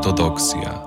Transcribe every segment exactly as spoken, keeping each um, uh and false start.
Ortodoksja.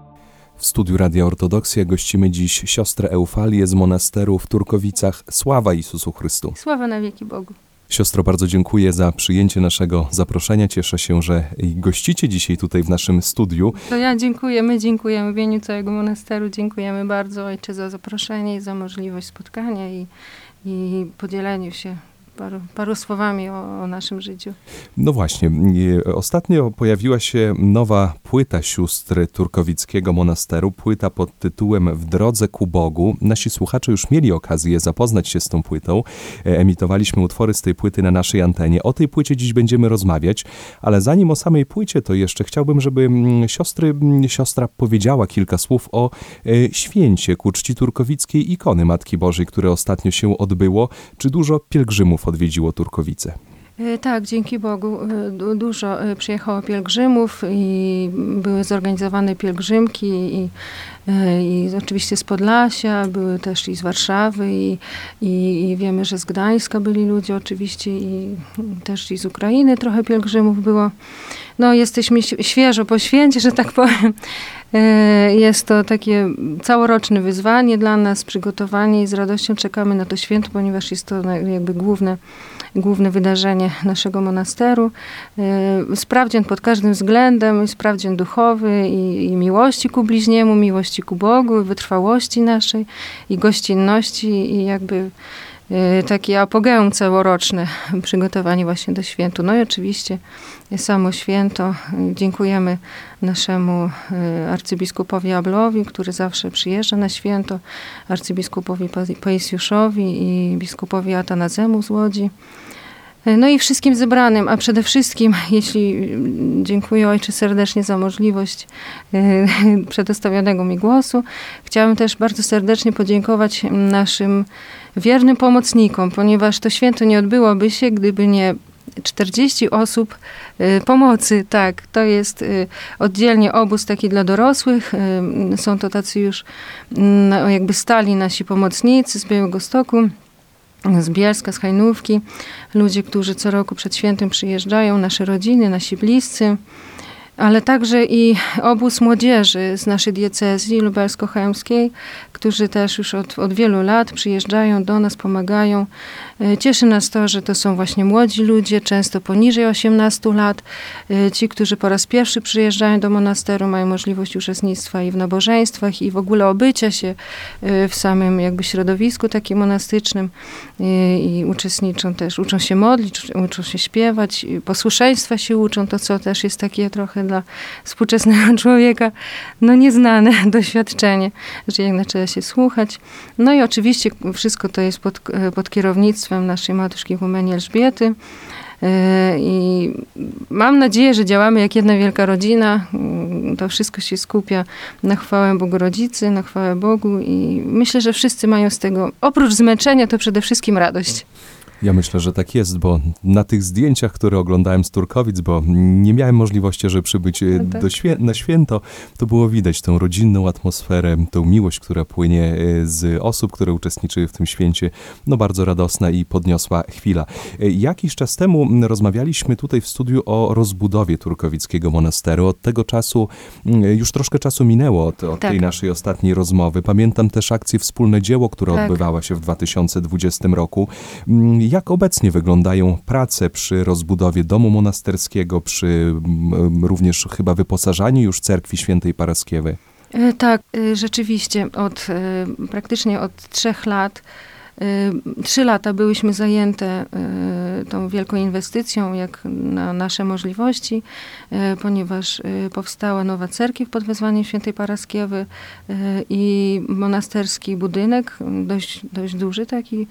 W studiu Radia Ortodoksja gościmy dziś siostrę Eufalię z monasteru w Turkowicach. Sława Jezusu Chrystu. Sława na wieki Bogu. Siostro, bardzo dziękuję za przyjęcie naszego zaproszenia. Cieszę się, że gościcie dzisiaj tutaj w naszym studiu. To ja dziękuję, my dziękujemy w imieniu całego monasteru. Dziękujemy bardzo Ojcze za zaproszenie i za możliwość spotkania i, i podzielenia się Paru, paru słowami o, o naszym życiu. No właśnie, ostatnio pojawiła się nowa płyta sióstr Turkowickiego Monasteru, płyta pod tytułem W drodze ku Bogu. Nasi słuchacze już mieli okazję zapoznać się z tą płytą. Emitowaliśmy utwory z tej płyty na naszej antenie. O tej płycie dziś będziemy rozmawiać, ale zanim o samej płycie, to jeszcze chciałbym, żeby siostry, siostra powiedziała kilka słów o święcie ku czci turkowickiej ikony Matki Bożej, które ostatnio się odbyło. Czy dużo pielgrzymów odwiedziło Turkowice? Tak, dzięki Bogu dużo przyjechało pielgrzymów i były zorganizowane pielgrzymki i, i oczywiście z Podlasia, były też i z Warszawy i, i, i wiemy, że z Gdańska byli ludzie oczywiście i też i z Ukrainy trochę pielgrzymów było. No jesteśmy świeżo po święcie, że tak powiem. Jest to takie całoroczne wyzwanie dla nas, przygotowanie i z radością czekamy na to święto, ponieważ jest to jakby główne, główne wydarzenie naszego monasteru. Sprawdzian pod każdym względem, sprawdzian duchowy i, i miłości ku bliźniemu, miłości ku Bogu, i wytrwałości naszej i gościnności i jakby takie apogeum całoroczne przygotowanie właśnie do świętu. No i oczywiście samo święto. Dziękujemy naszemu arcybiskupowi Ablowi, który zawsze przyjeżdża na święto, arcybiskupowi Paisiuszowi i biskupowi Atanazemu z Łodzi. No i wszystkim zebranym, a przede wszystkim, jeśli dziękuję Ojcze serdecznie za możliwość przedstawionego mi głosu, chciałabym też bardzo serdecznie podziękować naszym wiernym pomocnikom, ponieważ to święto nie odbyłoby się, gdyby nie czterdzieści osób pomocy. Tak, to jest oddzielnie obóz taki dla dorosłych. Są to tacy już jakby stali nasi pomocnicy z Białegostoku, z Bielska, z Hajnówki. Ludzie, którzy co roku przed świętem przyjeżdżają, nasze rodziny, nasi bliscy, ale także i obóz młodzieży z naszej diecezji lubelsko-chełmskiej, którzy też już od, od wielu lat przyjeżdżają do nas, pomagają. Cieszy nas to, że to są właśnie młodzi ludzie, często poniżej osiemnastu lat. Ci, którzy po raz pierwszy przyjeżdżają do monasteru, mają możliwość uczestnictwa i w nabożeństwach, i w ogóle obycia się w samym jakby środowisku takim monastycznym i, i uczestniczą też, uczą się modlić, uczą się śpiewać, posłuszeństwa się uczą, to co też jest takie trochę dla współczesnego człowieka no nieznane doświadczenie, że jednak trzeba się słuchać. No i oczywiście wszystko to jest pod, pod kierownictwem naszej Matki Ekumeni Elżbiety. I mam nadzieję, że działamy jak jedna wielka rodzina. To wszystko się skupia na chwałę Bogorodzicy, na chwałę Bogu i myślę, że wszyscy mają z tego, oprócz zmęczenia, to przede wszystkim radość. Ja myślę, że tak jest, bo na tych zdjęciach, które oglądałem z Turkowic, bo nie miałem możliwości, żeby przybyć no tak. do świę- na święto, to było widać tą rodzinną atmosferę, tą miłość, która płynie z osób, które uczestniczyły w tym święcie. No bardzo radosna i podniosła chwila. Jakiś czas temu rozmawialiśmy tutaj w studiu o rozbudowie Turkowickiego Monasteru. Od tego czasu, już troszkę czasu minęło od, od tak. tej naszej ostatniej rozmowy. Pamiętam też akcję Wspólne Dzieło, która tak. odbywała się w dwa tysiące dwudziestym roku. Jak obecnie wyglądają prace przy rozbudowie domu monasterskiego, przy również chyba wyposażaniu już cerkwi świętej Paraskiewy? Tak, rzeczywiście. Od, praktycznie od trzech lat, trzy lata byłyśmy zajęte tą wielką inwestycją, jak na nasze możliwości, ponieważ powstała nowa cerkiew pod wezwaniem świętej Paraskiewy i monasterski budynek, dość, dość duży taki.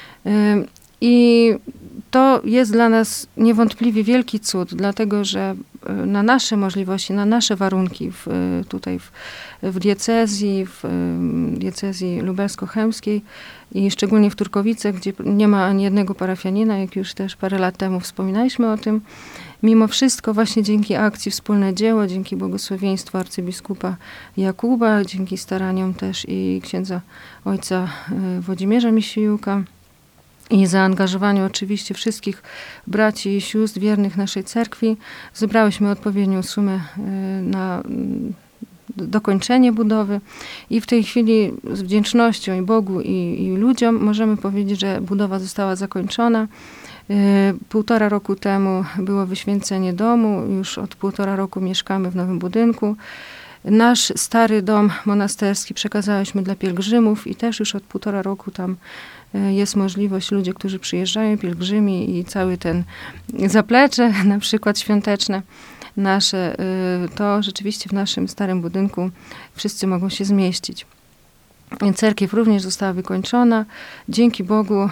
I to jest dla nas niewątpliwie wielki cud, dlatego że na nasze możliwości, na nasze warunki w, tutaj w, w diecezji, w diecezji lubelsko-chełmskiej i szczególnie w Turkowicach, gdzie nie ma ani jednego parafianina, jak już też parę lat temu wspominaliśmy o tym, mimo wszystko właśnie dzięki akcji Wspólne Dzieło, dzięki błogosławieństwu arcybiskupa Jakuba, dzięki staraniom też i księdza ojca Włodzimierza Misijuka, i zaangażowaniu oczywiście wszystkich braci i sióstr wiernych naszej cerkwi zebrałyśmy odpowiednią sumę na dokończenie budowy i w tej chwili z wdzięcznością i Bogu i, i ludziom możemy powiedzieć, że budowa została zakończona. Półtora roku temu było wyświęcenie domu, już od półtora roku mieszkamy w nowym budynku. Nasz stary dom monasterski przekazałyśmy dla pielgrzymów i też już od półtora roku tam jest możliwość, ludzie, którzy przyjeżdżają, pielgrzymi i cały ten zaplecze, na przykład świąteczne nasze, to rzeczywiście w naszym starym budynku wszyscy mogą się zmieścić. Cerkiew również została wykończona. Dzięki Bogu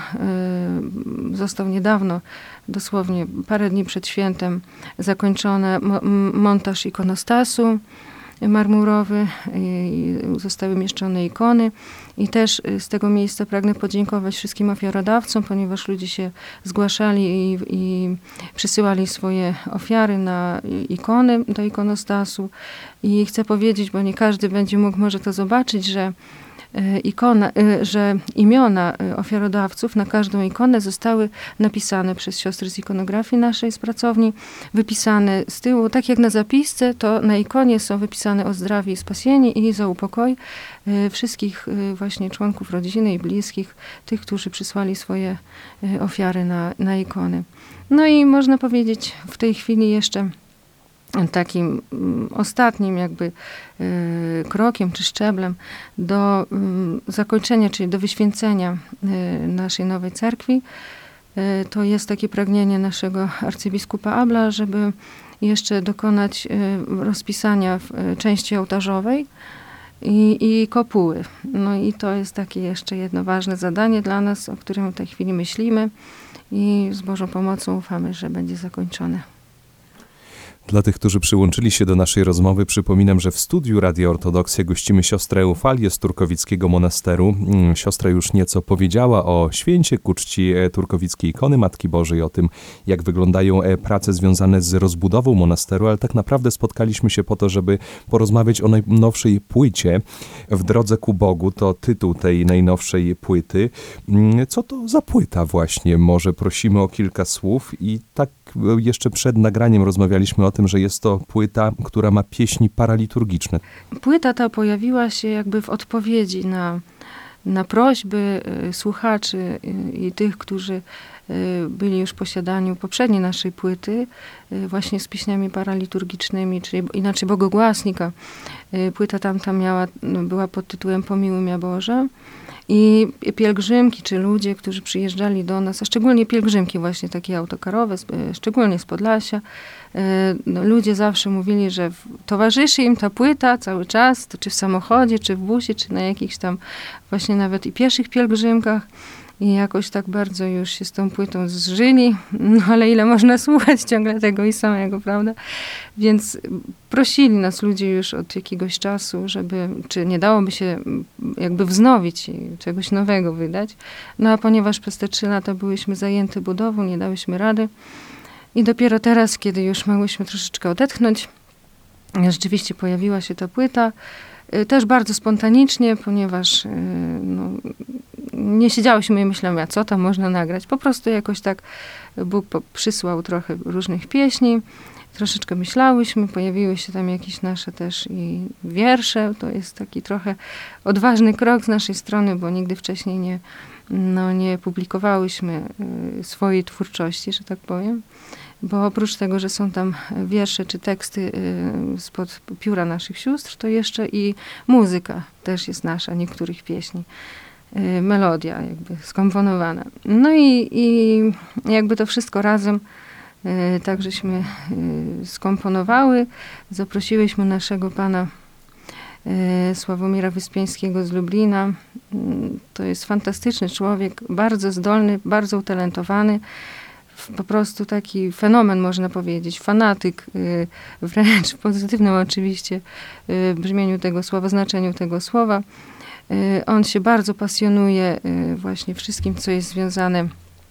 został niedawno, dosłownie parę dni przed świętem, zakończony montaż ikonostasu marmurowy, i zostały umieszczone ikony i też z tego miejsca pragnę podziękować wszystkim ofiarodawcom, ponieważ ludzie się zgłaszali i, i przysyłali swoje ofiary na ikony do ikonostasu i chcę powiedzieć, bo nie każdy będzie mógł może to zobaczyć, że ikona, że imiona ofiarodawców na każdą ikonę zostały napisane przez siostry z ikonografii naszej, z pracowni, wypisane z tyłu, tak jak na zapisce, to na ikonie są wypisane o zdrowie i spasienie i za upokoj wszystkich właśnie członków rodziny i bliskich, tych, którzy przysłali swoje ofiary na, na ikony. No i można powiedzieć w tej chwili jeszcze takim ostatnim jakby y, krokiem czy szczeblem do y, zakończenia, czyli do wyświęcenia y, naszej nowej cerkwi, y, to jest takie pragnienie naszego arcybiskupa Abla, żeby jeszcze dokonać y, rozpisania w y, części ołtarzowej i, i kopuły. No i to jest takie jeszcze jedno ważne zadanie dla nas, o którym w tej chwili myślimy i z Bożą pomocą ufamy, że będzie zakończone. Dla tych, którzy przyłączyli się do naszej rozmowy, przypominam, że w studiu Radia Ortodoksja gościmy siostrę Eufalię z Turkowickiego Monasteru. Siostra już nieco powiedziała o święcie ku czci turkowickiej ikony Matki Bożej, o tym, jak wyglądają prace związane z rozbudową monasteru, ale tak naprawdę spotkaliśmy się po to, żeby porozmawiać o najnowszej płycie W drodze ku Bogu. To tytuł tej najnowszej płyty. Co to za płyta właśnie? Może prosimy o kilka słów i tak jeszcze przed nagraniem rozmawialiśmy o tym, że jest to płyta, która ma pieśni paraliturgiczne. Płyta ta pojawiła się jakby w odpowiedzi na, na prośby y, słuchaczy y, i tych, którzy y, byli już w posiadaniu poprzedniej naszej płyty, y, właśnie z pieśniami paraliturgicznymi, czyli inaczej bogogłasnika. Y, płyta tamta miała, no, była pod tytułem Pomiłuj mnie Boże. I pielgrzymki, czy ludzie, którzy przyjeżdżali do nas, a szczególnie pielgrzymki właśnie takie autokarowe, szczególnie z Podlasia, no, ludzie zawsze mówili, że towarzyszy im ta płyta cały czas, to czy w samochodzie, czy w busie, czy na jakichś tam właśnie nawet i pieszych pielgrzymkach. I jakoś tak bardzo już się z tą płytą zżyli, no ale ile można słuchać ciągle tego i samego, prawda? Więc prosili nas ludzie już od jakiegoś czasu, żeby, czy nie dałoby się jakby wznowić i czegoś nowego wydać. No a ponieważ przez te trzy lata byłyśmy zajęte budową, nie dałyśmy rady. I dopiero teraz, kiedy już mogłyśmy troszeczkę odetchnąć, rzeczywiście pojawiła się ta płyta. Też bardzo spontanicznie, ponieważ no, nie siedziałyśmy i myślały, a co tam można nagrać. Po prostu jakoś tak Bóg przysłał trochę różnych pieśni. Troszeczkę myślałyśmy, pojawiły się tam jakieś nasze też i wiersze. To jest taki trochę odważny krok z naszej strony, bo nigdy wcześniej nie, no, nie publikowałyśmy swojej twórczości, że tak powiem. Bo oprócz tego, że są tam wiersze czy teksty spod pióra naszych sióstr, to jeszcze i muzyka też jest nasza, niektórych pieśni. Melodia jakby skomponowana. No i, i jakby to wszystko razem tak żeśmy skomponowały. Zaprosiłyśmy naszego pana Sławomira Wyspiańskiego z Lublina. To jest fantastyczny człowiek, bardzo zdolny, bardzo utalentowany. Po prostu taki fenomen, można powiedzieć, fanatyk, wręcz w pozytywnym oczywiście brzmieniu tego słowa, znaczeniu tego słowa. On się bardzo pasjonuje właśnie wszystkim, co jest związane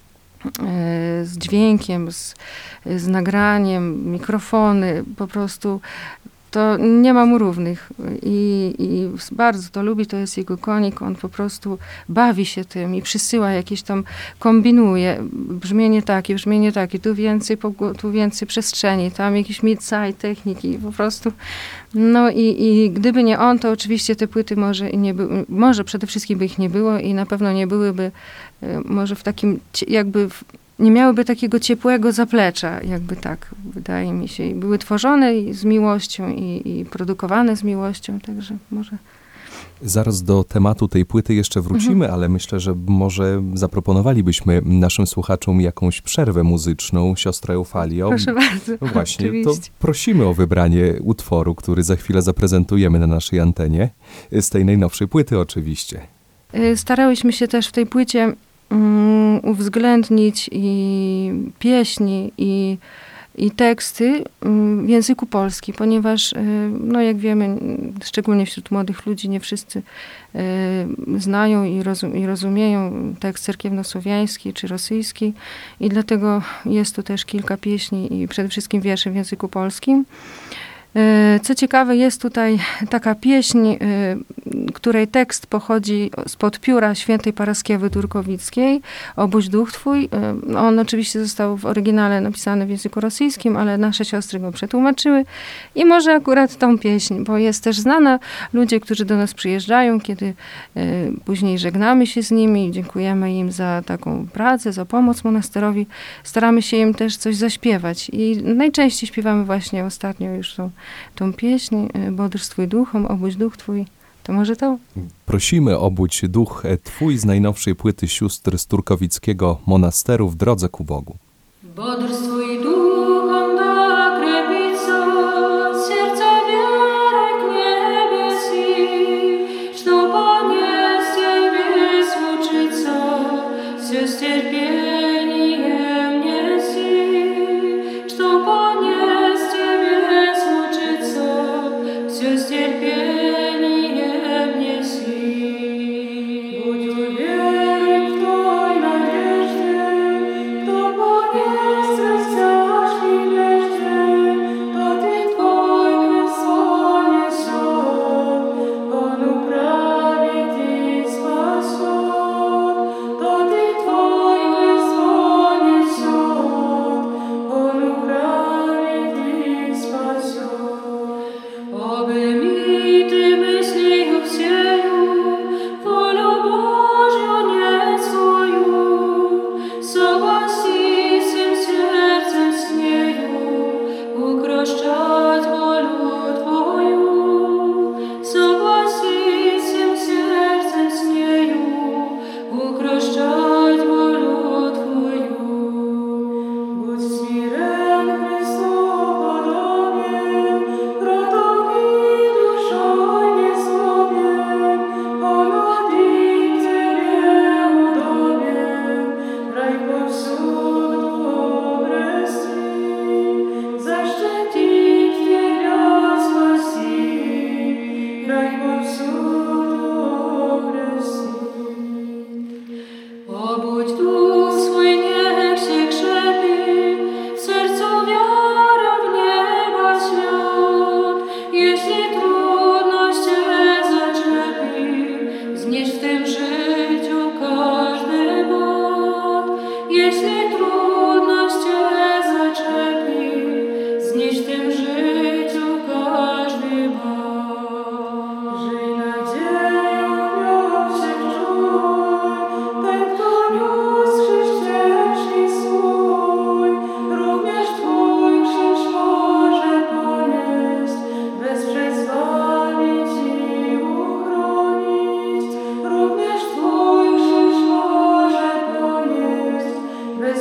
z dźwiękiem, z, z nagraniem, mikrofony, po prostu to nie ma mu równych i, i bardzo to lubi, to jest jego konik, on po prostu bawi się tym i przysyła jakieś tam, kombinuje, brzmienie takie, brzmienie takie, tu więcej, pogło- tu więcej przestrzeni, tam jakieś mid-side techniki, po prostu. No i, i gdyby nie on, to oczywiście te płyty może i nie były, może przede wszystkim by ich nie było i na pewno nie byłyby y, może w takim, cie- jakby w, nie miałyby takiego ciepłego zaplecza, jakby tak, wydaje mi się. I były tworzone i z miłością i, i produkowane z miłością, także może... Zaraz do tematu tej płyty jeszcze wrócimy, Mhm. ale myślę, że może zaproponowalibyśmy naszym słuchaczom jakąś przerwę muzyczną. Siostra Eufalio. Proszę bardzo. No właśnie, to Oczywiście. prosimy o wybranie utworu, który za chwilę zaprezentujemy na naszej antenie. Z tej najnowszej płyty oczywiście. Y, Starałyśmy się też w tej płycie mm, uwzględnić i pieśni, i, i teksty mm, w języku polskim, ponieważ, y, no jak wiemy, mm, szczególnie wśród młodych ludzi, nie wszyscy y, znają i, rozum, i rozumieją tekst cerkiewnosłowiański czy rosyjski i dlatego jest tu też kilka pieśni i przede wszystkim wierszy w języku polskim. Y, Co ciekawe, jest tutaj taka pieśń, y, której tekst pochodzi spod pióra świętej Paraskiewy Turkowickiej, Obudź duch twój. Y, On oczywiście został w oryginale napisany w języku rosyjskim, ale nasze siostry go przetłumaczyły i może akurat tą pieśń, bo jest też znana. Ludzie, którzy do nas przyjeżdżają, kiedy y, później żegnamy się z nimi i dziękujemy im za taką pracę, za pomoc monasterowi, staramy się im też coś zaśpiewać i najczęściej śpiewamy właśnie ostatnio już tą tą pieśń, y, Bodrz twój duchom, obudź duch twój. To może to? Prosimy, obudź duch twój z najnowszej płyty sióstr z Turkowickiego monasteru w drodze ku Bogu. Бодрствуй духом, да крепится сердце веры к небеси, что понес тебе случится, все с терпением неси, что понес тебе случится, все с терпением неси. Будь уверен в той надежде, кто понес растяжкий прежде, тот и твой крест несет, он управит и спасет. Тот и твой крест несет, он управит и спасет. Обними ты мыслью всею волю Божью не свою, согласись всем сердцем с нею укращать волю твою, согласись всем сердцем с нею укращать волю твою. Будь смирен, Христу подобен, кроток и душой незлобен, Он один тебе удобен, рай повсюду обрести, защитить тебя спаси, рай повсюду обрести. Обудь дух свой, niech się krzepi, w sercu wiara w nieba świat. Jeśli trudność cię zaczepi, znieś w tym życiu każdy mat. Jeśli trudność cię zaczepi, znieś w tym życiu każdy mat. Żyj nadzieją, miał się wczuj, ten, kto niósł krzyż ciężki swój, również twój krzyż może ponieść, wesprzeć, zbawić i uchronić. Również twój krzyż może ponieść, wesprzeć,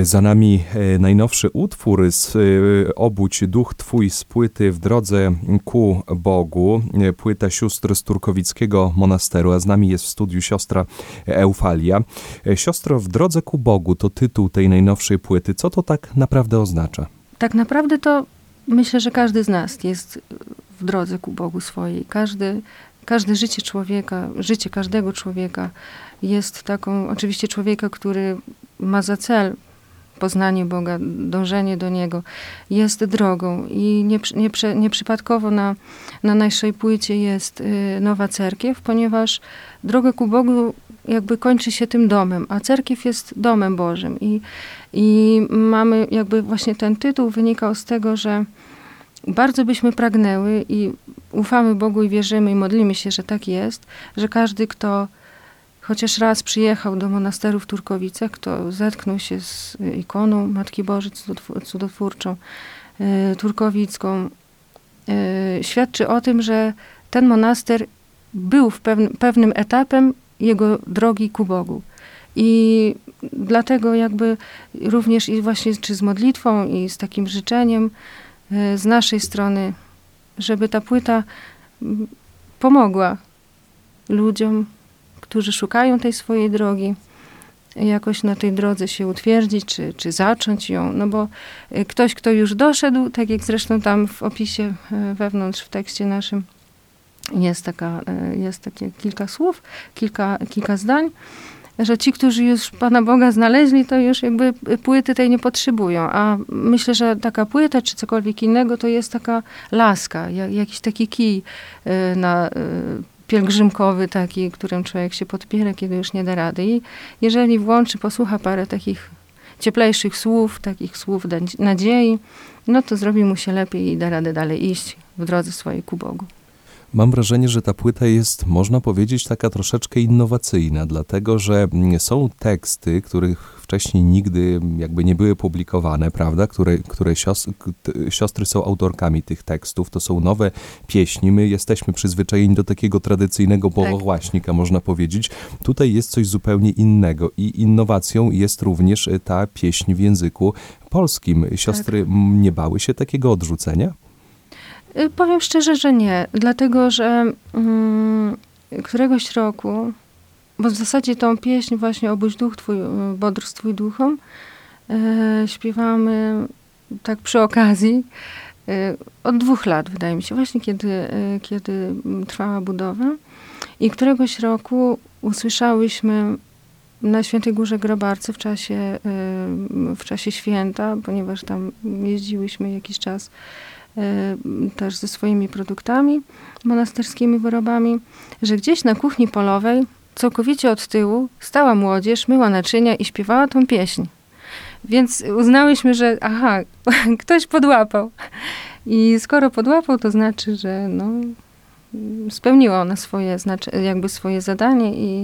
Za nami najnowszy utwór z Obudź duch Twój z płyty W drodze ku Bogu, płyta sióstr z Turkowickiego Monasteru, a z nami jest w studiu siostra Eufalia. Siostro, W drodze ku Bogu to tytuł tej najnowszej płyty. Co to tak naprawdę oznacza? Tak naprawdę to myślę, że każdy z nas jest w drodze ku Bogu swojej. Każdy, każde życie człowieka, życie każdego człowieka jest taką, oczywiście człowieka, który ma za cel poznanie Boga, dążenie do Niego, jest drogą. I nie, nie, nieprzypadkowo na, na naszej płycie jest y, Nowa Cerkiew, ponieważ droga ku Bogu jakby kończy się tym domem, a cerkiew jest domem Bożym. I, i mamy jakby właśnie ten tytuł wynikał z tego, że bardzo byśmy pragnęły i ufamy Bogu i wierzymy i modlimy się, że tak jest, że każdy, kto chociaż raz przyjechał do monasteru w Turkowicach, kto zetknął się z ikoną Matki Bożej cudotwórczą, y, turkowicką, y, świadczy o tym, że ten monaster był w pewnym, pewnym etapem jego drogi ku Bogu. I dlatego jakby również i właśnie czy z modlitwą i z takim życzeniem y, z naszej strony, żeby ta płyta pomogła ludziom, którzy szukają tej swojej drogi, jakoś na tej drodze się utwierdzić, czy, czy zacząć ją. No bo ktoś, kto już doszedł, tak jak zresztą tam w opisie wewnątrz, w tekście naszym jest, taka, jest takie kilka słów, kilka, kilka zdań, że ci, którzy już Pana Boga znaleźli, to już jakby płyty tej nie potrzebują. A myślę, że taka płyta, czy cokolwiek innego, to jest taka laska, jak, jakiś taki kij na pielgrzymkowy taki, którym człowiek się podpiera, kiedy już nie da rady. I jeżeli włączy, posłucha parę takich cieplejszych słów, takich słów nadziei, no to zrobi mu się lepiej i da radę dalej iść w drodze swojej ku Bogu. Mam wrażenie, że ta płyta jest, można powiedzieć, taka troszeczkę innowacyjna, dlatego że są teksty, których wcześniej nigdy jakby nie były publikowane, prawda, które, które siostry, siostry są autorkami tych tekstów, to są nowe pieśni, my jesteśmy przyzwyczajeni do takiego tradycyjnego bohłaśnika, tak, można powiedzieć. Tutaj jest coś zupełnie innego i innowacją jest również ta pieśń w języku polskim. Siostry tak. nie bały się takiego odrzucenia? Powiem szczerze, że nie, dlatego, że um, któregoś roku, bo w zasadzie tą pieśń właśnie Obudź duch Twój, bodrstwuj duchom, e, śpiewamy tak przy okazji e, od dwóch lat, wydaje mi się, właśnie kiedy, e, kiedy trwała budowa. I któregoś roku usłyszałyśmy na Świętej Górze Grabarcy w czasie, e, w czasie święta, ponieważ tam jeździłyśmy jakiś czas, też ze swoimi produktami, monasterskimi wyrobami, że gdzieś na kuchni polowej, całkowicie od tyłu, stała młodzież, myła naczynia i śpiewała tą pieśń. Więc uznałyśmy, że aha, ktoś podłapał. I skoro podłapał, to znaczy, że no, spełniła ona swoje, znaczy, jakby swoje zadanie i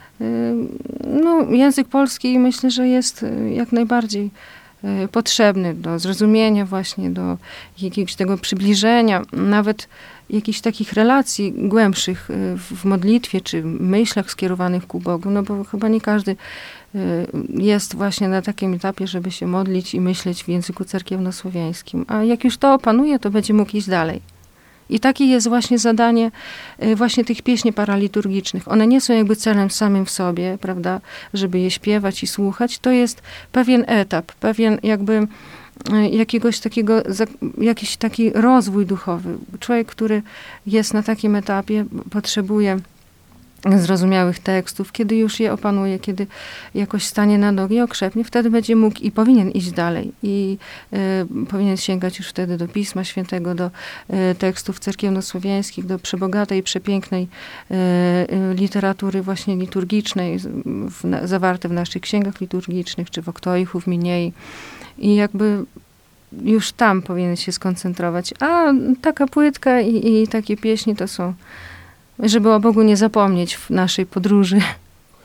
no, język polski myślę, że jest jak najbardziej potrzebny do zrozumienia właśnie, do jakiegoś tego przybliżenia, nawet jakichś takich relacji głębszych w modlitwie, czy myślach skierowanych ku Bogu, no bo chyba nie każdy jest właśnie na takim etapie, żeby się modlić i myśleć w języku cerkiewnosłowiańskim. A jak już to opanuje, to będzie mógł iść dalej. I takie jest właśnie zadanie właśnie tych pieśni paraliturgicznych. One nie są jakby celem samym w sobie, prawda, żeby je śpiewać i słuchać. To jest pewien etap, pewien jakby jakiegoś takiego, jakiś taki rozwój duchowy. Człowiek, który jest na takim etapie, potrzebuje zrozumiałych tekstów, kiedy już je opanuje, kiedy jakoś stanie na nogi i okrzepnie, wtedy będzie mógł i powinien iść dalej. I y, powinien sięgać już wtedy do Pisma Świętego, do y, tekstów cerkiewnosłowiańskich, do przebogatej, przepięknej y, y, literatury właśnie liturgicznej, w, na, zawarte w naszych księgach liturgicznych, czy w Oktoichu, w Miniei. I jakby już tam powinien się skoncentrować. A taka płytka i, i takie pieśni to są, żeby o Bogu nie zapomnieć w naszej podróży.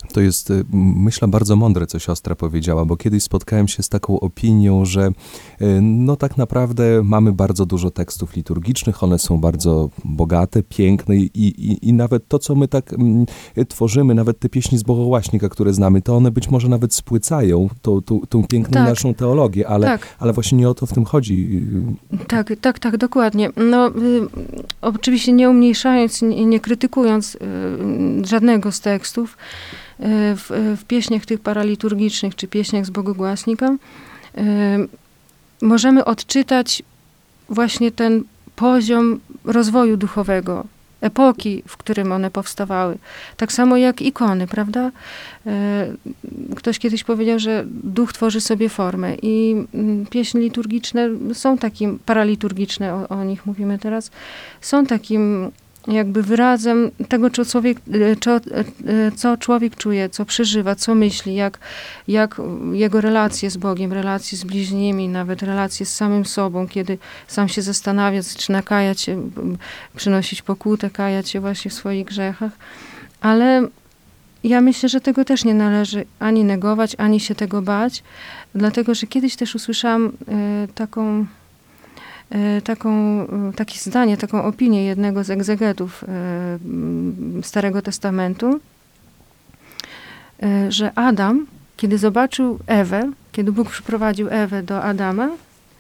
To jest, y, myślę, bardzo mądre, co siostra powiedziała, bo kiedyś spotkałem się z taką opinią, że y, no tak naprawdę mamy bardzo dużo tekstów liturgicznych, one są bardzo bogate, piękne i, i, i nawet to, co my tak mm, tworzymy, nawet te pieśni z Bogołaśnika, które znamy, to one być może nawet spłycają tą, tą, tą piękną Tak. naszą teologię, ale, Tak. ale właśnie nie o to w tym chodzi. Tak, tak, tak, dokładnie. No, y, oczywiście nie umniejszając, nie, nie krytykując y, żadnego z tekstów, y, w, w pieśniach tych paraliturgicznych, czy pieśniach z Bogogłasnika, y, możemy odczytać właśnie ten poziom rozwoju duchowego, epoki, w którym one powstawały. Tak samo jak ikony, prawda? E, Ktoś kiedyś powiedział, że duch tworzy sobie formę i mm, pieśni liturgiczne są takim, paraliturgiczne, o, o nich mówimy teraz, są takim jakby wyrazem tego, co człowiek, co, co człowiek czuje, co przeżywa, co myśli, jak, jak jego relacje z Bogiem, relacje z bliźnimi, nawet relacje z samym sobą, kiedy sam się zastanawia, zaczyna kajać się, przynosić pokutę, kajać się właśnie w swoich grzechach. Ale ja myślę, że tego też nie należy ani negować, ani się tego bać, dlatego, że kiedyś też usłyszałam y, taką Taką, takie zdanie, taką opinię jednego z egzegetów Starego Testamentu, że Adam, kiedy zobaczył Ewę, kiedy Bóg przyprowadził Ewę do Adama,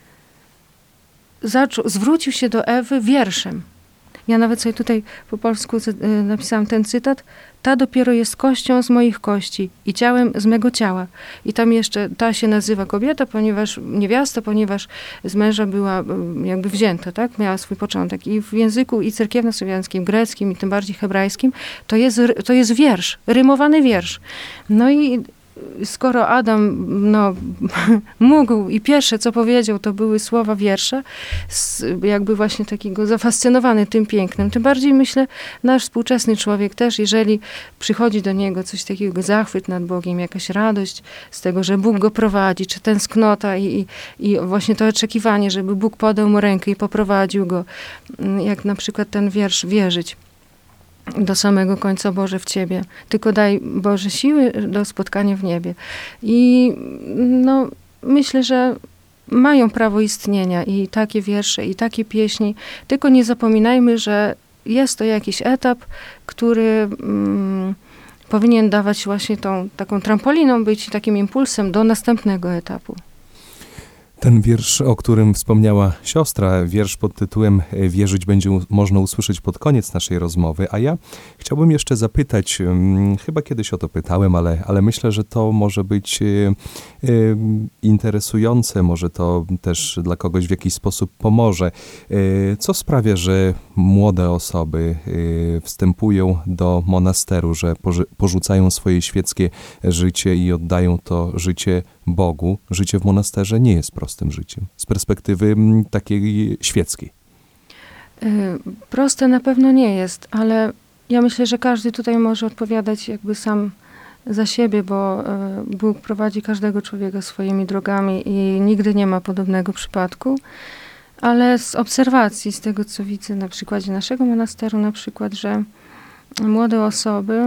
zaczął, zwrócił się do Ewy wierszem. Ja nawet sobie tutaj po polsku napisałam ten cytat. Ta dopiero jest kością z moich kości i ciałem z mego ciała. I tam jeszcze ta się nazywa kobieta, ponieważ niewiasta, ponieważ z męża była jakby wzięta, tak? Miała swój początek. I w języku i cerkiewno-słowiańskim, greckim i tym bardziej hebrajskim to jest, to jest wiersz, rymowany wiersz. No i skoro Adam no, mógł i pierwsze, co powiedział, to były słowa wiersza, jakby właśnie takiego zafascynowany tym pięknem. Tym bardziej, myślę, nasz współczesny człowiek też, jeżeli przychodzi do niego coś takiego, zachwyt nad Bogiem, jakaś radość z tego, że Bóg go prowadzi, czy tęsknota i, i, i właśnie to oczekiwanie, żeby Bóg podał mu rękę i poprowadził go, jak na przykład ten wiersz Wierzyć do samego końca, Boże, w Ciebie. Tylko daj, Boże, siły do spotkania w niebie. I no, myślę, że mają prawo istnienia i takie wiersze, i takie pieśni. Tylko nie zapominajmy, że jest to jakiś etap, który mm, powinien dawać właśnie tą taką trampoliną, być takim impulsem do następnego etapu. Ten wiersz, o którym wspomniała siostra, wiersz pod tytułem Wierzyć będzie można usłyszeć pod koniec naszej rozmowy, a ja chciałbym jeszcze zapytać, hmm, chyba kiedyś o to pytałem, ale, ale myślę, że to może być y, y, interesujące, może to też dla kogoś w jakiś sposób pomoże. Y, co sprawia, że młode osoby y, wstępują do monasteru, że poży, porzucają swoje świeckie życie i oddają to życie Bogu? Życie w monasterze nie jest prostym życiem, z perspektywy takiej świeckiej. Proste na pewno nie jest, ale ja myślę, że każdy tutaj może odpowiadać jakby sam za siebie, bo Bóg prowadzi każdego człowieka swoimi drogami i nigdy nie ma podobnego przypadku. Ale z obserwacji, z tego co widzę na przykładzie naszego monasteru, na przykład, że młode osoby,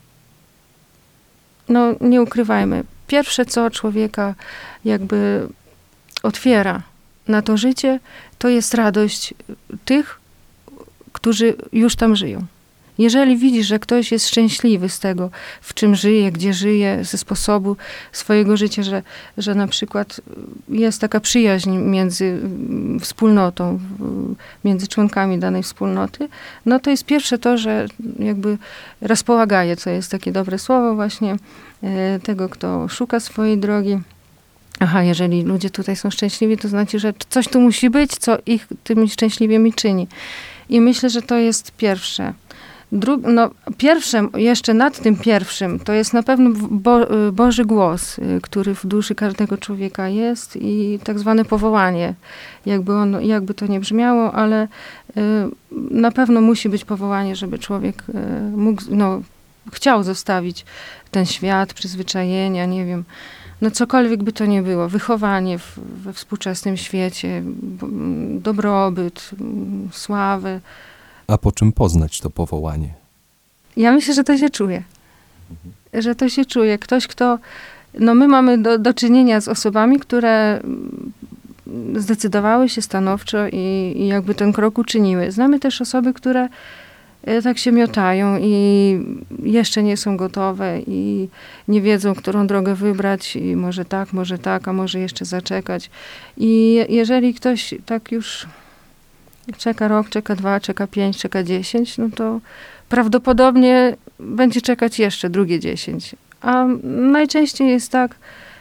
no nie ukrywajmy, pierwsze co człowieka jakby otwiera na to życie, to jest radość tych, którzy już tam żyją. Jeżeli widzisz, że ktoś jest szczęśliwy z tego, w czym żyje, gdzie żyje, ze sposobu swojego życia, że, że na przykład jest taka przyjaźń między wspólnotą, między członkami danej wspólnoty, no to jest pierwsze to, że jakby rozpołagaje, co jest takie dobre słowo właśnie tego, kto szuka swojej drogi. Aha, jeżeli ludzie tutaj są szczęśliwi, to znaczy, że coś tu musi być, co ich tymi szczęśliwymi czyni. I myślę, że to jest pierwsze. Dru- no, pierwszym, jeszcze nad tym pierwszym, to jest na pewno Bo- Boży głos, który w duszy każdego człowieka jest i tak zwane powołanie. Jakby, on, jakby to nie brzmiało, ale y, na pewno musi być powołanie, żeby człowiek y, mógł, no, chciał zostawić ten świat, przyzwyczajenia, nie wiem, no cokolwiek by to nie było, wychowanie w, we współczesnym świecie, dobrobyt, sławę. A po czym poznać to powołanie? Ja myślę, że to się czuje. że to się czuje. Ktoś, kto... No my mamy do, do czynienia z osobami, które zdecydowały się stanowczo i, i jakby ten krok uczyniły. Znamy też osoby, które tak się miotają i jeszcze nie są gotowe i nie wiedzą, którą drogę wybrać i może tak, może tak, a może jeszcze zaczekać. I jeżeli ktoś tak już czeka rok, czeka dwa, czeka pięć, czeka dziesięć, no to prawdopodobnie będzie czekać jeszcze drugie dziesięć. A najczęściej jest tak,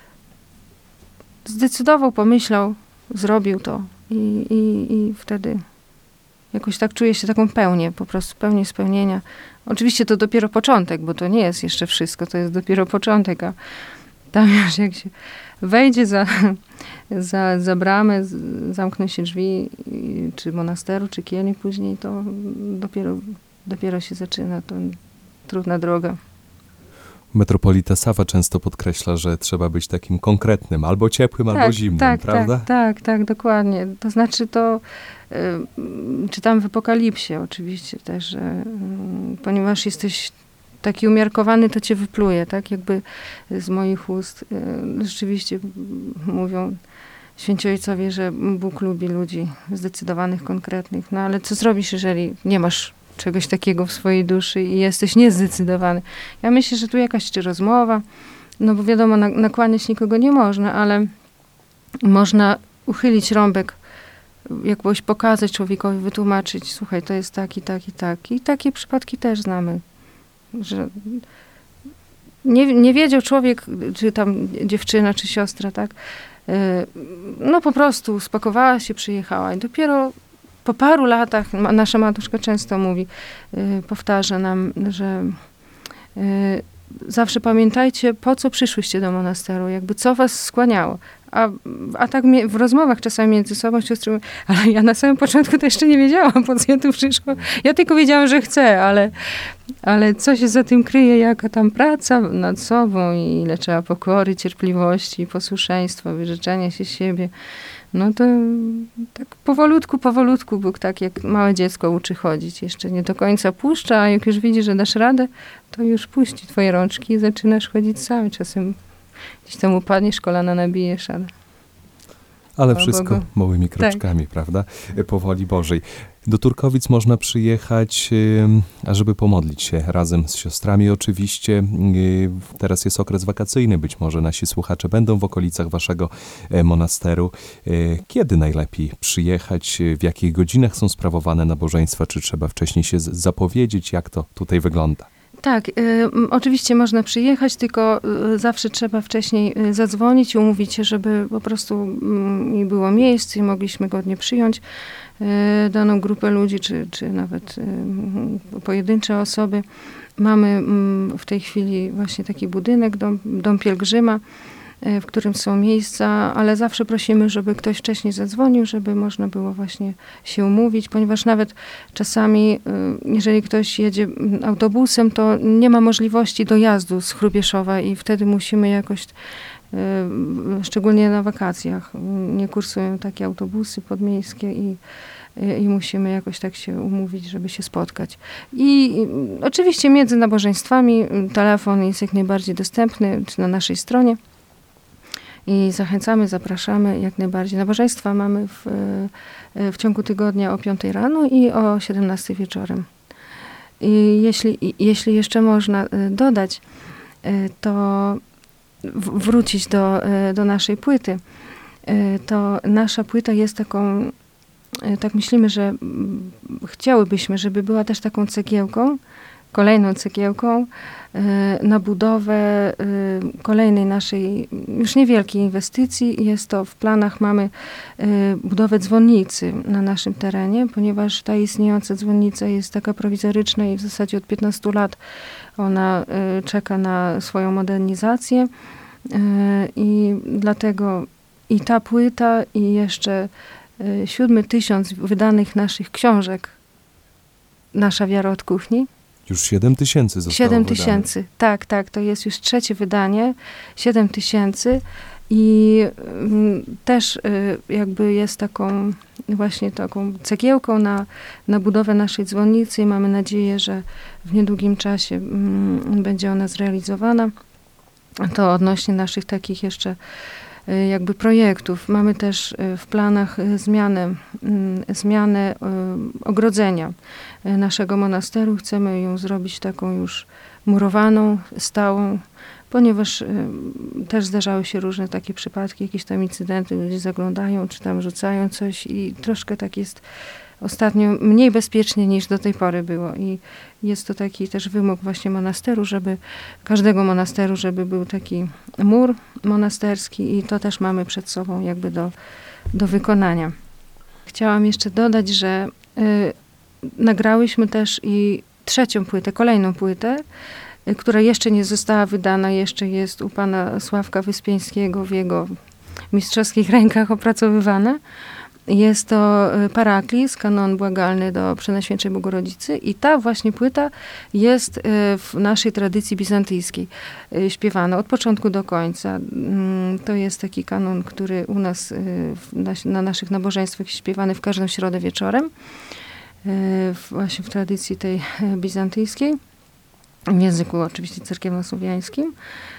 zdecydował, pomyślał, zrobił to i, i, i wtedy jakoś tak czuje się taką pełnię, po prostu pełnię spełnienia. Oczywiście to dopiero początek, bo to nie jest jeszcze wszystko, to jest dopiero początek, a tam już jak się wejdzie za, za, za bramę, zamkną się drzwi, czy monasteru, czy kieli później, to dopiero, dopiero się zaczyna to trudna droga. Metropolita Sawa często podkreśla, że trzeba być takim konkretnym, albo ciepłym, tak, albo zimnym, tak, prawda? Tak, tak, tak, dokładnie. To znaczy to, y, czytam w Apokalipsie oczywiście też, że y, ponieważ jesteś taki umiarkowany, to cię wypluje, tak? Jakby z moich ust y, rzeczywiście mówią święci ojcowie, że Bóg lubi ludzi zdecydowanych, konkretnych. No ale co zrobisz, jeżeli nie masz czegoś takiego w swojej duszy i jesteś niezdecydowany. Ja myślę, że tu jakaś czy rozmowa, no bo wiadomo, na, nakłaniać nikogo nie można, ale można uchylić rąbek, jakoś pokazać człowiekowi, wytłumaczyć, słuchaj, to jest tak i tak i tak. I takie przypadki też znamy, że nie, nie wiedział człowiek, czy tam dziewczyna, czy siostra, tak, no po prostu spakowała się, przyjechała i dopiero po paru latach, nasza matuszka często mówi, y, powtarza nam, że y, zawsze pamiętajcie, po co przyszłyście do monasteru, jakby co was skłaniało. A, a tak mi, w rozmowach czasami między sobą siostry mówią, ale ja na samym początku to jeszcze nie wiedziałam, po co ja tu przyszłam. Ja tylko wiedziałam, że chcę, ale, ale co się za tym kryje, jaka tam praca nad sobą i ile trzeba pokory, cierpliwości, posłuszeństwa, wyrzeczenia się siebie. No to tak powolutku, powolutku Bóg tak jak małe dziecko uczy chodzić. Jeszcze nie do końca puszcza, a jak już widzi, że dasz radę, to już puści twoje rączki i zaczynasz chodzić sam. Czasem gdzieś tam upadniesz, kolana nabijesz, ale... Ale wszystko Bogu. Małymi kroczkami, tak. Prawda? Po woli Bożej. Do Turkowic można przyjechać, ażeby pomodlić się razem z siostrami oczywiście. Teraz jest okres wakacyjny, być może nasi słuchacze będą w okolicach waszego monasteru. Kiedy najlepiej przyjechać? W jakich godzinach są sprawowane nabożeństwa? Czy trzeba wcześniej się zapowiedzieć? Jak to tutaj wygląda? Tak, y, oczywiście można przyjechać, tylko y, zawsze trzeba wcześniej y, zadzwonić i umówić się, żeby po prostu y, było miejsce i mogliśmy godnie przyjąć y, daną grupę ludzi, czy, czy nawet y, pojedyncze osoby. Mamy y, w tej chwili właśnie taki budynek, dom, dom pielgrzyma, y, w którym są miejsca, ale zawsze prosimy, żeby ktoś wcześniej zadzwonił, żeby można było właśnie się umówić, ponieważ nawet czasami, y, jeżeli ktoś jedzie autobusem, to nie ma możliwości dojazdu z Hrubieszowa i wtedy musimy jakoś, y, szczególnie na wakacjach, nie kursują takie autobusy podmiejskie i i musimy jakoś tak się umówić, żeby się spotkać. I oczywiście między nabożeństwami telefon jest jak najbardziej dostępny na naszej stronie i zachęcamy, zapraszamy jak najbardziej. Nabożeństwa mamy w, w ciągu tygodnia o piątej rano i o siedemnastej wieczorem. I jeśli, jeśli jeszcze można dodać, to wrócić do, do naszej płyty, to nasza płyta jest taką, tak myślimy, że chciałybyśmy, żeby była też taką cegiełką, kolejną cegiełką na budowę kolejnej naszej, już niewielkiej inwestycji. Jest to w planach, mamy budowę dzwonnicy na naszym terenie, ponieważ ta istniejąca dzwonnica jest taka prowizoryczna i w zasadzie od piętnastu lat ona czeka na swoją modernizację i dlatego i ta płyta i jeszcze siódmy tysiąc wydanych naszych książek Nasza wiara od kuchni. Już siedem tysięcy zostało Siedem tysięcy, tak, tak. To jest już trzecie wydanie. Siedem tysięcy I też jakby jest taką właśnie taką cegiełką na, na budowę naszej dzwonnicy i mamy nadzieję, że w niedługim czasie będzie ona zrealizowana. To odnośnie naszych takich jeszcze jakby projektów. Mamy też w planach zmianę, zmianę ogrodzenia naszego monasteru. Chcemy ją zrobić taką już murowaną, stałą, ponieważ też zdarzały się różne takie przypadki, jakieś tam incydenty, ludzie zaglądają, czy tam rzucają coś i troszkę tak jest ostatnio mniej bezpiecznie niż do tej pory było. I jest to taki też wymóg właśnie monasteru, żeby, każdego monasteru, żeby był taki mur monasterski i to też mamy przed sobą jakby do, do wykonania. Chciałam jeszcze dodać, że y, nagrałyśmy też i trzecią płytę, kolejną płytę, y, która jeszcze nie została wydana, jeszcze jest u pana Sławka Wyspiańskiego w jego mistrzowskich rękach opracowywana. Jest to Paraklis, kanon błagalny do Przenajświętszej Bogorodzicy i ta właśnie płyta jest w naszej tradycji bizantyjskiej śpiewana od początku do końca. To jest taki kanon, który u nas na naszych nabożeństwach jest śpiewany w każdą środę wieczorem, właśnie w tradycji tej bizantyjskiej, w języku oczywiście cerkiewno-słowiańskim.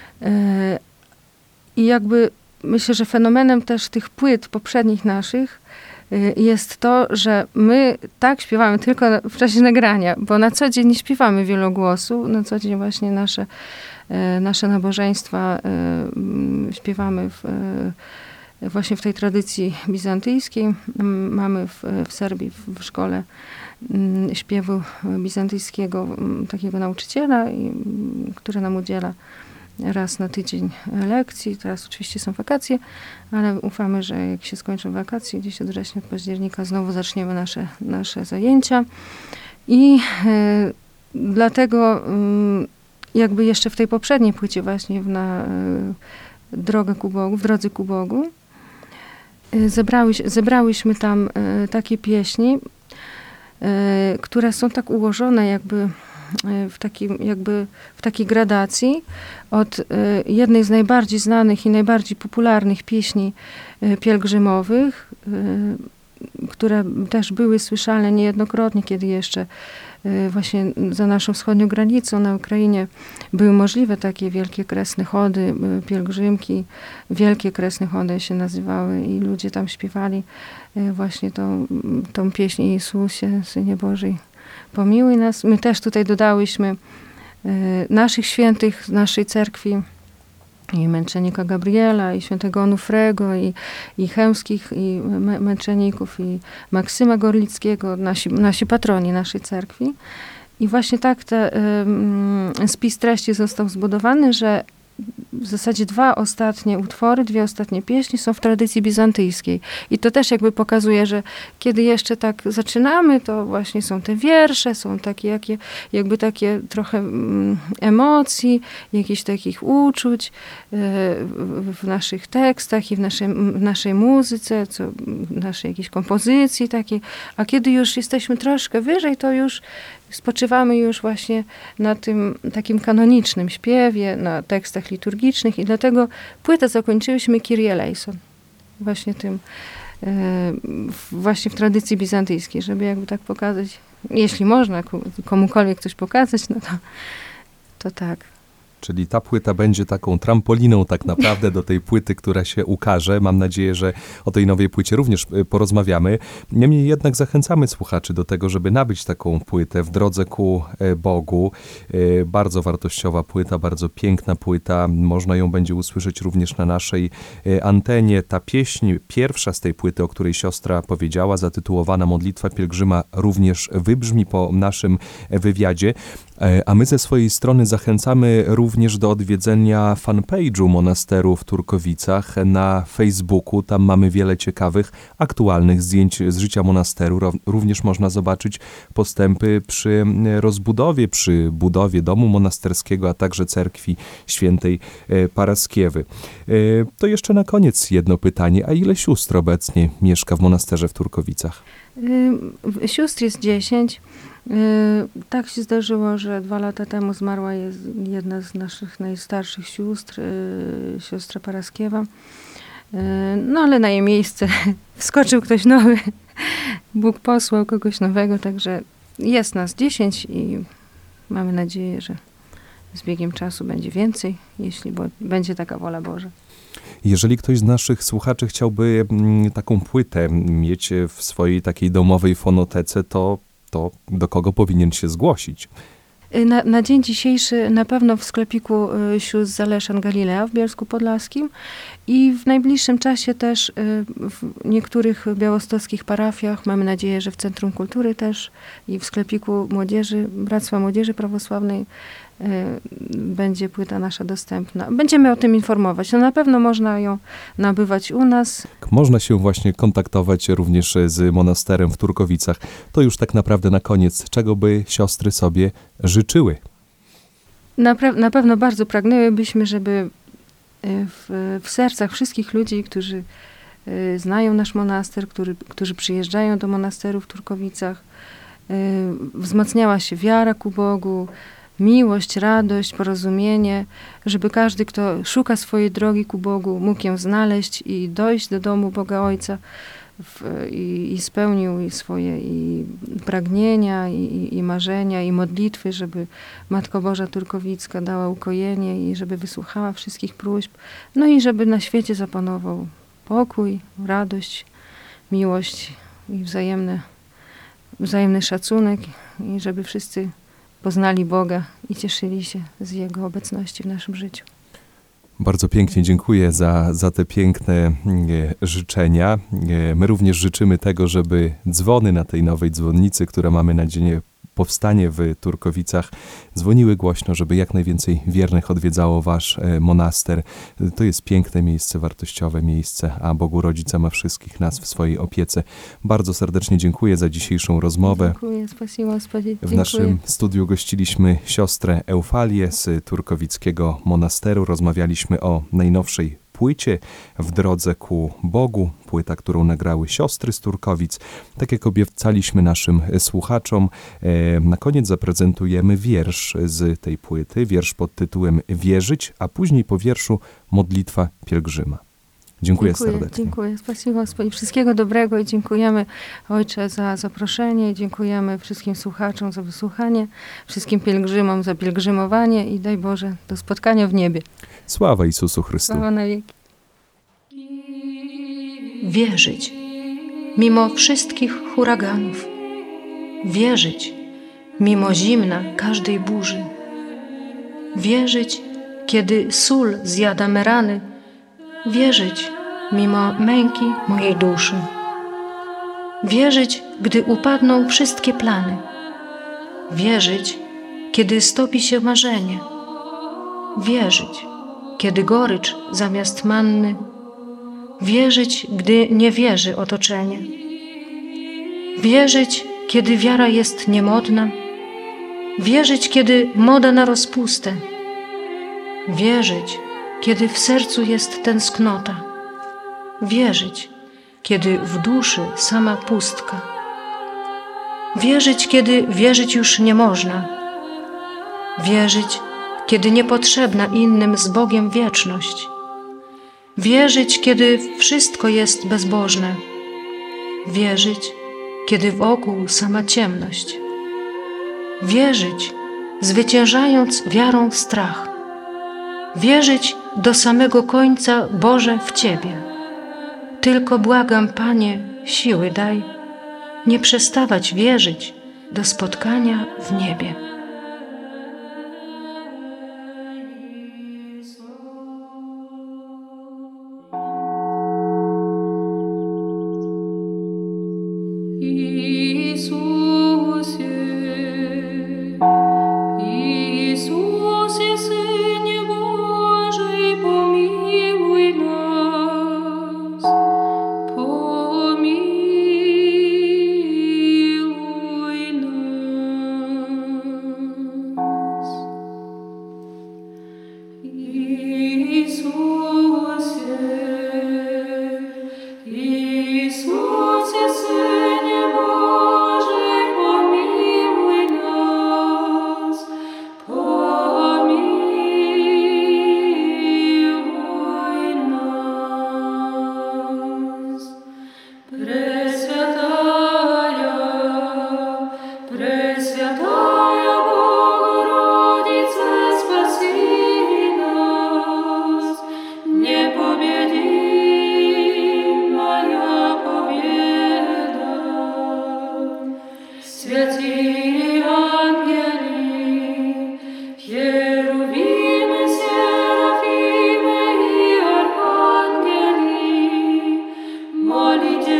I jakby myślę, że fenomenem też tych płyt poprzednich naszych jest to, że my tak śpiewamy tylko w czasie nagrania, bo na co dzień nie śpiewamy wielogłosu, na co dzień właśnie nasze, nasze nabożeństwa śpiewamy w, właśnie w tej tradycji bizantyjskiej. Mamy w, w Serbii, w szkole śpiewu bizantyjskiego takiego nauczyciela, który nam udziela raz na tydzień lekcji. Teraz oczywiście są wakacje, ale ufamy, że jak się skończą wakacje, gdzieś od września, od października znowu zaczniemy nasze, nasze zajęcia. I e, dlatego e, jakby jeszcze w tej poprzedniej płycie właśnie na e, drogę ku Bogu, w drodze ku Bogu, e, zebrałyś, zebrałyśmy tam e, takie pieśni, e, które są tak ułożone jakby w takim, jakby w takiej gradacji od jednej z najbardziej znanych i najbardziej popularnych pieśni pielgrzymowych, które też były słyszalne niejednokrotnie, kiedy jeszcze właśnie za naszą wschodnią granicą na Ukrainie były możliwe takie wielkie kresne chody, pielgrzymki, wielkie kresne chody się nazywały i ludzie tam śpiewali właśnie tą, tą pieśń Jezusie, Synie Bożej, pomiłuj nas. My też tutaj dodałyśmy y, naszych świętych z naszej cerkwi, i męczennika Gabriela, i świętego Onufrego, i, i chełmskich, i mę, męczenników, i Maksyma Gorlickiego, nasi, nasi patroni naszej cerkwi. I właśnie tak ten y, spis treści został zbudowany, że w zasadzie dwa ostatnie utwory, dwie ostatnie pieśni są w tradycji bizantyjskiej. I to też jakby pokazuje, że kiedy jeszcze tak zaczynamy, to właśnie są te wiersze, są takie jakie, jakby takie trochę mm, emocji, jakichś takich uczuć yy, w, w naszych tekstach i w naszej, w naszej muzyce, co, w naszej jakiejś kompozycji takiej. A kiedy już jesteśmy troszkę wyżej, to już spoczywamy już właśnie na tym takim kanonicznym śpiewie, na tekstach liturgicznych i dlatego płytę zakończyliśmy Kyrie eleison. Właśnie tym, e, właśnie w tradycji bizantyjskiej, żeby jakby tak pokazać, jeśli można komukolwiek coś pokazać, no to, to tak. Czyli ta płyta będzie taką trampoliną tak naprawdę do tej płyty, która się ukaże. Mam nadzieję, że o tej nowej płycie również porozmawiamy. Niemniej jednak zachęcamy słuchaczy do tego, żeby nabyć taką płytę w drodze ku Bogu. Bardzo wartościowa płyta, bardzo piękna płyta. Można ją będzie usłyszeć również na naszej antenie. Ta pieśń, pierwsza z tej płyty, o której siostra powiedziała, zatytułowana Modlitwa Pielgrzyma, również wybrzmi po naszym wywiadzie. A my ze swojej strony zachęcamy również do odwiedzenia fanpage'u monasteru w Turkowicach na Facebooku. Tam mamy wiele ciekawych, aktualnych zdjęć z życia monasteru. Również można zobaczyć postępy przy rozbudowie, przy budowie domu monasterskiego, a także cerkwi świętej Paraskiewy. To jeszcze na koniec jedno pytanie. A ile sióstr obecnie mieszka w monasterze w Turkowicach? Sióstr jest dziesięć. Tak się zdarzyło, że dwa lata temu zmarła jest jedna z naszych najstarszych sióstr, siostra Paraskiewa. No ale na jej miejsce wskoczył ktoś nowy. Bóg posłał kogoś nowego, także jest nas dziesięć i mamy nadzieję, że z biegiem czasu będzie więcej, jeśli bo będzie taka wola Boża. Jeżeli ktoś z naszych słuchaczy chciałby taką płytę mieć w swojej takiej domowej fonotece, to, to do kogo powinien się zgłosić? Na, na dzień dzisiejszy na pewno w sklepiku y, sióstr Zaleszan Galilea w Bielsku Podlaskim i w najbliższym czasie też y, w niektórych białostockich parafiach, mamy nadzieję, że w Centrum Kultury też i w sklepiku Młodzieży, Bractwa Młodzieży Prawosławnej y, będzie płyta nasza dostępna. Będziemy o tym informować. No na pewno można ją nabywać u nas. Można się właśnie kontaktować również z monasterem w Turkowicach. To już tak naprawdę na koniec, czego by siostry sobie życzyły? Na, na pewno bardzo pragnęłybyśmy, żeby w, w sercach wszystkich ludzi, którzy y, znają nasz monaster, który, którzy przyjeżdżają do monasteru w Turkowicach, y, wzmacniała się wiara ku Bogu, miłość, radość, porozumienie, żeby każdy, kto szuka swojej drogi ku Bogu, mógł ją znaleźć i dojść do domu Boga Ojca w, i, i spełnił i swoje i pragnienia, i, i marzenia, i modlitwy, żeby Matko Boża Turkowicka dała ukojenie i żeby wysłuchała wszystkich próśb. No i żeby na świecie zapanował pokój, radość, miłość i wzajemny, wzajemny szacunek i żeby wszyscy poznali Boga i cieszyli się z Jego obecności w naszym życiu. Bardzo pięknie dziękuję za, za te piękne e, życzenia. E, my również życzymy tego, żeby dzwony na tej nowej dzwonnicy, która mamy nadzieję powstanie w Turkowicach, dzwoniły głośno, żeby jak najwięcej wiernych odwiedzało wasz e, monaster. To jest piękne miejsce, wartościowe miejsce, a Bogu Rodzica ma wszystkich nas w swojej opiece. Bardzo serdecznie dziękuję za dzisiejszą rozmowę. Dziękuję, spasiło, Gospodzie. W Dziękuję. naszym studiu gościliśmy siostrę Eufalię z Turkowickiego Monasteru. Rozmawialiśmy o najnowszej płycie W drodze ku Bogu, płyta, którą nagrały siostry z Turkowic. Tak jak obiecaliśmy naszym słuchaczom, e, na koniec zaprezentujemy wiersz z tej płyty, wiersz pod tytułem Wierzyć, a później po wierszu Modlitwa pielgrzyma. Dziękuję, dziękuję serdecznie. Dziękuję, spasibo, Gospodzie. Wszystkiego dobrego i dziękujemy Ojcze za zaproszenie, dziękujemy wszystkim słuchaczom za wysłuchanie, wszystkim pielgrzymom za pielgrzymowanie i daj Boże do spotkania w niebie. Sława Jezusu Chrystu. Sława na wieki. Wierzyć, mimo wszystkich huraganów. Wierzyć, mimo zimna każdej burzy. Wierzyć, kiedy sól zjada me rany. Wierzyć, mimo męki mojej duszy. Wierzyć, gdy upadną wszystkie plany. Wierzyć, kiedy stopi się marzenie. Wierzyć, kiedy gorycz zamiast manny. Wierzyć, gdy nie wierzy otoczenie. Wierzyć, kiedy wiara jest niemodna. Wierzyć, kiedy moda na rozpustę. Wierzyć, kiedy w sercu jest tęsknota. Wierzyć, kiedy w duszy sama pustka. Wierzyć, kiedy wierzyć już nie można. Wierzyć, kiedy niepotrzebna innym z Bogiem wieczność. Wierzyć, kiedy wszystko jest bezbożne. Wierzyć, kiedy wokół sama ciemność. Wierzyć, zwyciężając wiarą strach. Wierzyć do samego końca, Boże, w Ciebie. Tylko błagam, Panie, siły daj, nie przestawać wierzyć do spotkania w niebie. Iisus, Synie Boży, Святі ангели, херувими, серафими і архангели, молите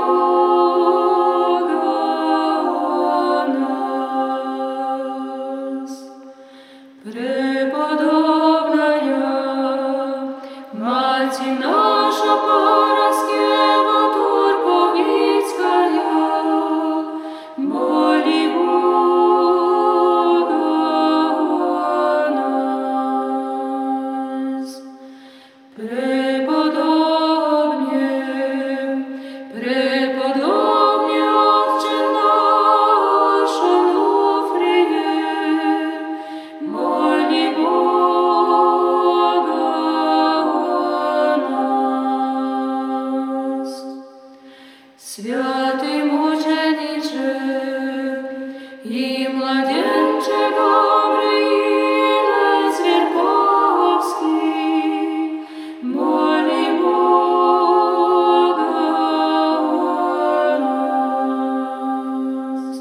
Бога о нас. Преподобная Мать наша Параскева Турковицкая, моли Бога о нас. Преподобне, преподобне Отче наш Онуфрие, моли Бога о нас. Святый мучениче и младенче Гаврииле Зверковский, моли Бога о нас.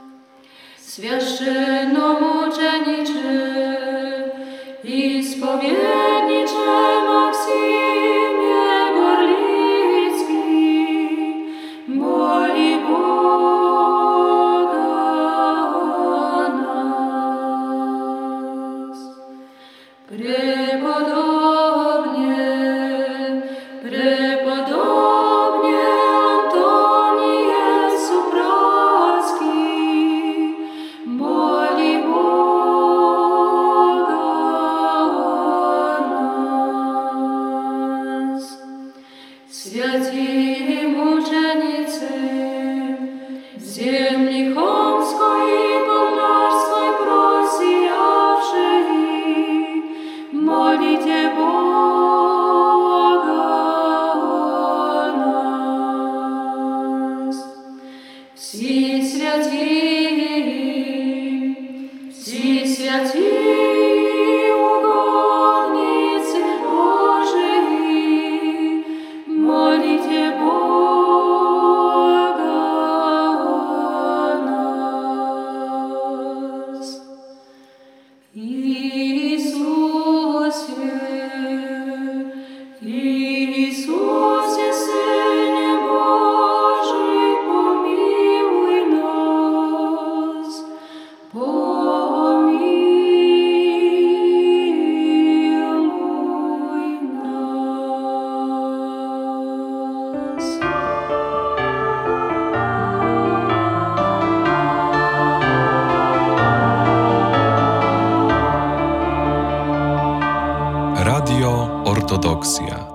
Священномучениче и исповедниче Максиме Горлицкий, моли Бога о нас. Преподобне, преподобне Антоnie Супрацкий, моли Бога о нас. Святые мученицы, земли Хомской и Полтавской просиявшие, молите Бога о нас. Все святые, все святые угодницы Божии, молите Бога о нас. Иисусе, Иисусе, Сыне Божий, помилуй нас, помилуй нас. Radio Ortodoksja.